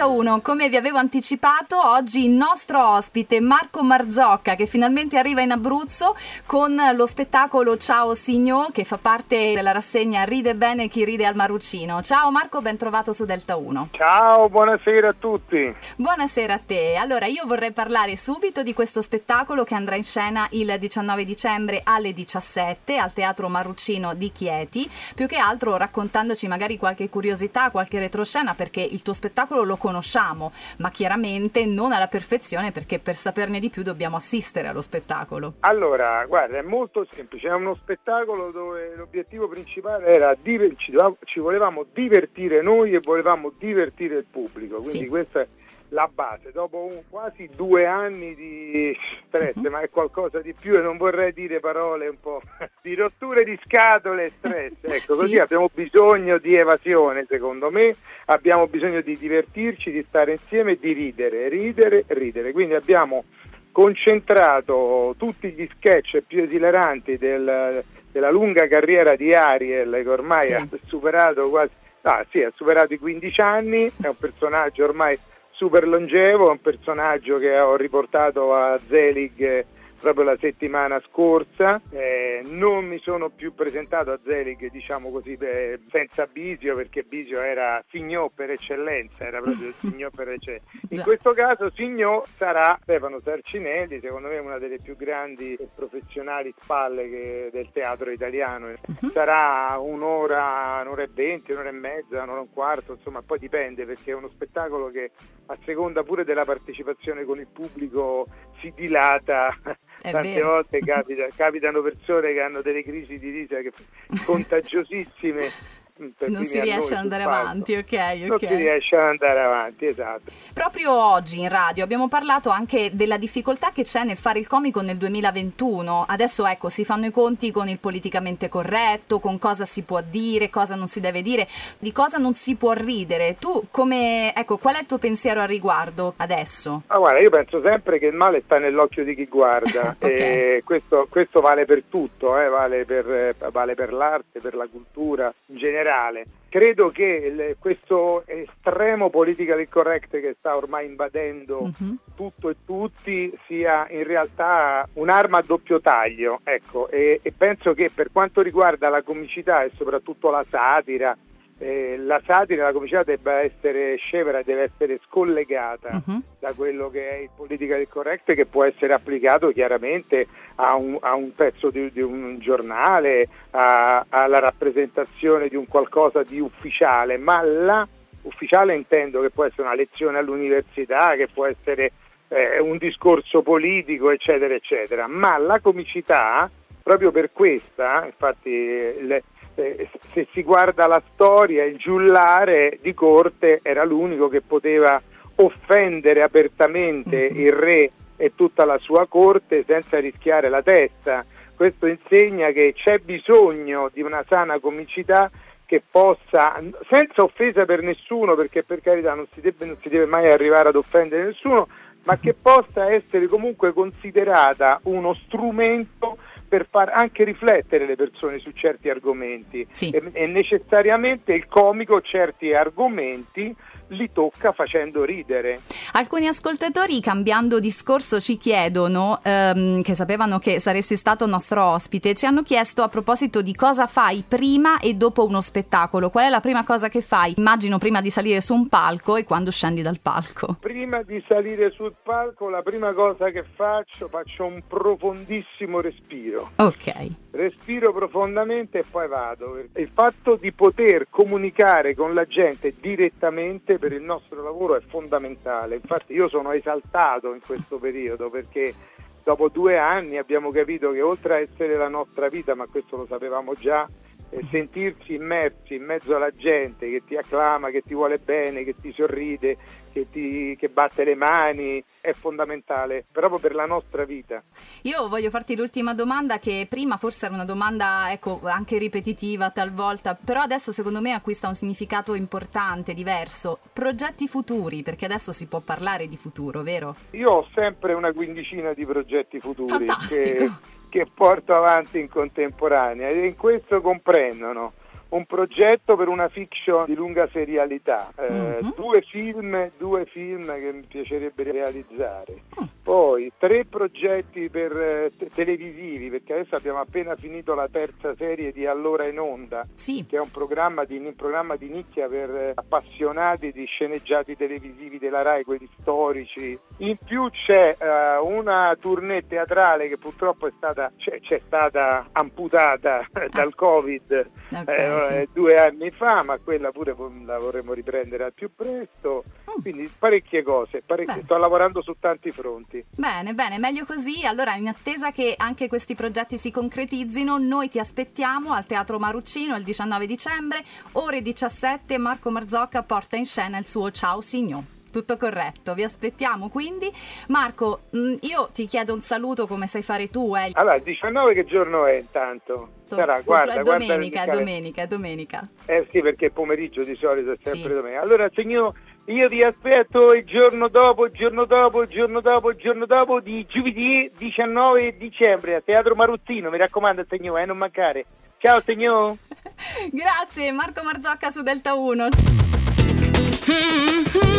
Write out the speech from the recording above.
1. Come vi avevo anticipato, oggi il nostro ospite Marco Marzocca, che finalmente arriva in Abruzzo con lo spettacolo Ciao Signò, che fa parte della rassegna Ride bene chi ride al Maruccino. Ciao Marco, ben trovato su Delta 1. Ciao, buonasera a tutti. Buonasera a te. Allora, io vorrei parlare subito di questo spettacolo che andrà in scena il 19 dicembre alle 17 al Teatro Maruccino di Chieti, più che altro raccontandoci magari qualche curiosità, qualche retroscena, perché il tuo spettacolo lo conosciamo, ma chiaramente non alla perfezione, perché per saperne di più dobbiamo assistere allo spettacolo. Allora, guarda, è molto semplice, è uno spettacolo dove l'obiettivo principale era ci volevamo divertire noi e volevamo divertire il pubblico, quindi questa è la base. Dopo quasi 2 anni di stress, ma è qualcosa di più, e non vorrei dire parole un po' di rotture di scatole e stress, ecco, così abbiamo bisogno di evasione, secondo me, abbiamo bisogno di divertirci, di stare insieme e di ridere, quindi abbiamo concentrato tutti gli sketch più esileranti della lunga carriera di Ariel, che ormai ha superato ha superato i 15 anni, è un personaggio ormai super longevo, è un personaggio che ho riportato a Zelig proprio la settimana scorsa. Non mi sono più presentato a Zelig, diciamo così, senza Bisio, perché Bisio era Signò per eccellenza, era proprio il Signò per eccellenza. In questo caso Signò sarà Stefano Sarcinelli, secondo me una delle più grandi e professionali spalle del teatro italiano. Sarà un'ora e 20, un'ora e mezza, un'ora e un quarto, insomma, poi dipende, perché è uno spettacolo che a seconda pure della partecipazione con il pubblico si dilata. Tante volte capitano persone che hanno delle crisi di risa contagiosissime. Non si riesce ad andare avanti, Non si riesce ad andare avanti, esatto. Proprio oggi in radio abbiamo parlato anche della difficoltà che c'è nel fare il comico nel 2021. Adesso si fanno i conti con il politicamente corretto, con cosa si può dire, cosa non si deve dire, di cosa non si può ridere. Tu qual è il tuo pensiero al riguardo adesso? Guarda, io penso sempre che il male sta nell'occhio di chi guarda. E questo vale per tutto, vale per l'arte, per la cultura in generale. Credo che questo estremo politically correct che sta ormai invadendo tutto e tutti sia in realtà un'arma a doppio taglio, ecco, e penso che per quanto riguarda la comicità e soprattutto la satira, la comicità debba essere scevra, deve essere scollegata da quello che è il politically correct, che può essere applicato chiaramente a un pezzo di un giornale, alla rappresentazione di un qualcosa di ufficiale, ma ufficiale intendo che può essere una lezione all'università, che può essere un discorso politico, eccetera eccetera, ma la comicità, proprio per questa, infatti se si guarda la storia, il giullare di corte era l'unico che poteva offendere apertamente il re e tutta la sua corte senza rischiare la testa. Questo insegna che c'è bisogno di una sana comicità che possa, senza offesa per nessuno, perché per carità non si deve mai arrivare ad offendere nessuno, ma che possa essere comunque considerata uno strumento per far anche riflettere le persone su certi argomenti, e necessariamente il comico certi argomenti li tocca facendo ridere. Alcuni ascoltatori, cambiando discorso, ci chiedono, che sapevano che saresti stato nostro ospite, ci hanno chiesto a proposito di cosa fai prima e dopo uno spettacolo. Qual è la prima cosa che fai? Immagino prima di salire su un palco e quando scendi dal palco. Prima di salire sul palco la prima cosa che faccio un profondissimo respiro. Respiro profondamente e poi vado. Il fatto di poter comunicare con la gente direttamente per il nostro lavoro è fondamentale. Infatti io sono esaltato in questo periodo, perché dopo 2 anni abbiamo capito che oltre a essere la nostra vita, ma questo lo sapevamo già, sentirsi immersi in mezzo alla gente che ti acclama, che ti vuole bene, che ti sorride, che batte le mani, è fondamentale proprio per la nostra vita. Io voglio farti l'ultima domanda, che prima forse era una domanda anche ripetitiva talvolta, però adesso secondo me acquista un significato importante, diverso. Progetti futuri, perché adesso si può parlare di futuro, vero? Io ho sempre una quindicina di progetti futuri. Fantastico. Che porto avanti in contemporanea, e in questo comprendono un progetto per una fiction di lunga serialità, due film che mi piacerebbe realizzare, poi 3 progetti per televisivi, perché adesso abbiamo appena finito la terza serie di Allora in Onda, che è un programma di nicchia per appassionati di sceneggiati televisivi della Rai, quelli storici. In più c'è una tournée teatrale che purtroppo c'è stata amputata dal Covid 2 anni fa, ma quella pure la vorremmo riprendere al più presto. Quindi parecchie cose, sto lavorando su tanti fronti. Bene, meglio così. Allora, in attesa che anche questi progetti si concretizzino, noi ti aspettiamo al Teatro Maruccino il 19 dicembre, ore 17. Marco Marzocca porta in scena il suo Ciao Signor. Tutto corretto, vi aspettiamo quindi. Marco, io ti chiedo un saluto come sai fare tu. Allora, il 19 che giorno è intanto? Sarà, guarda, è domenica. Sì, perché pomeriggio di solito è sempre domenica. Allora, signor, io ti aspetto il giorno dopo di giovedì 19 dicembre a Teatro Maruzzino, mi raccomando, signor, non mancare. Ciao, signor. Grazie, Marco Marzocca su Delta 1.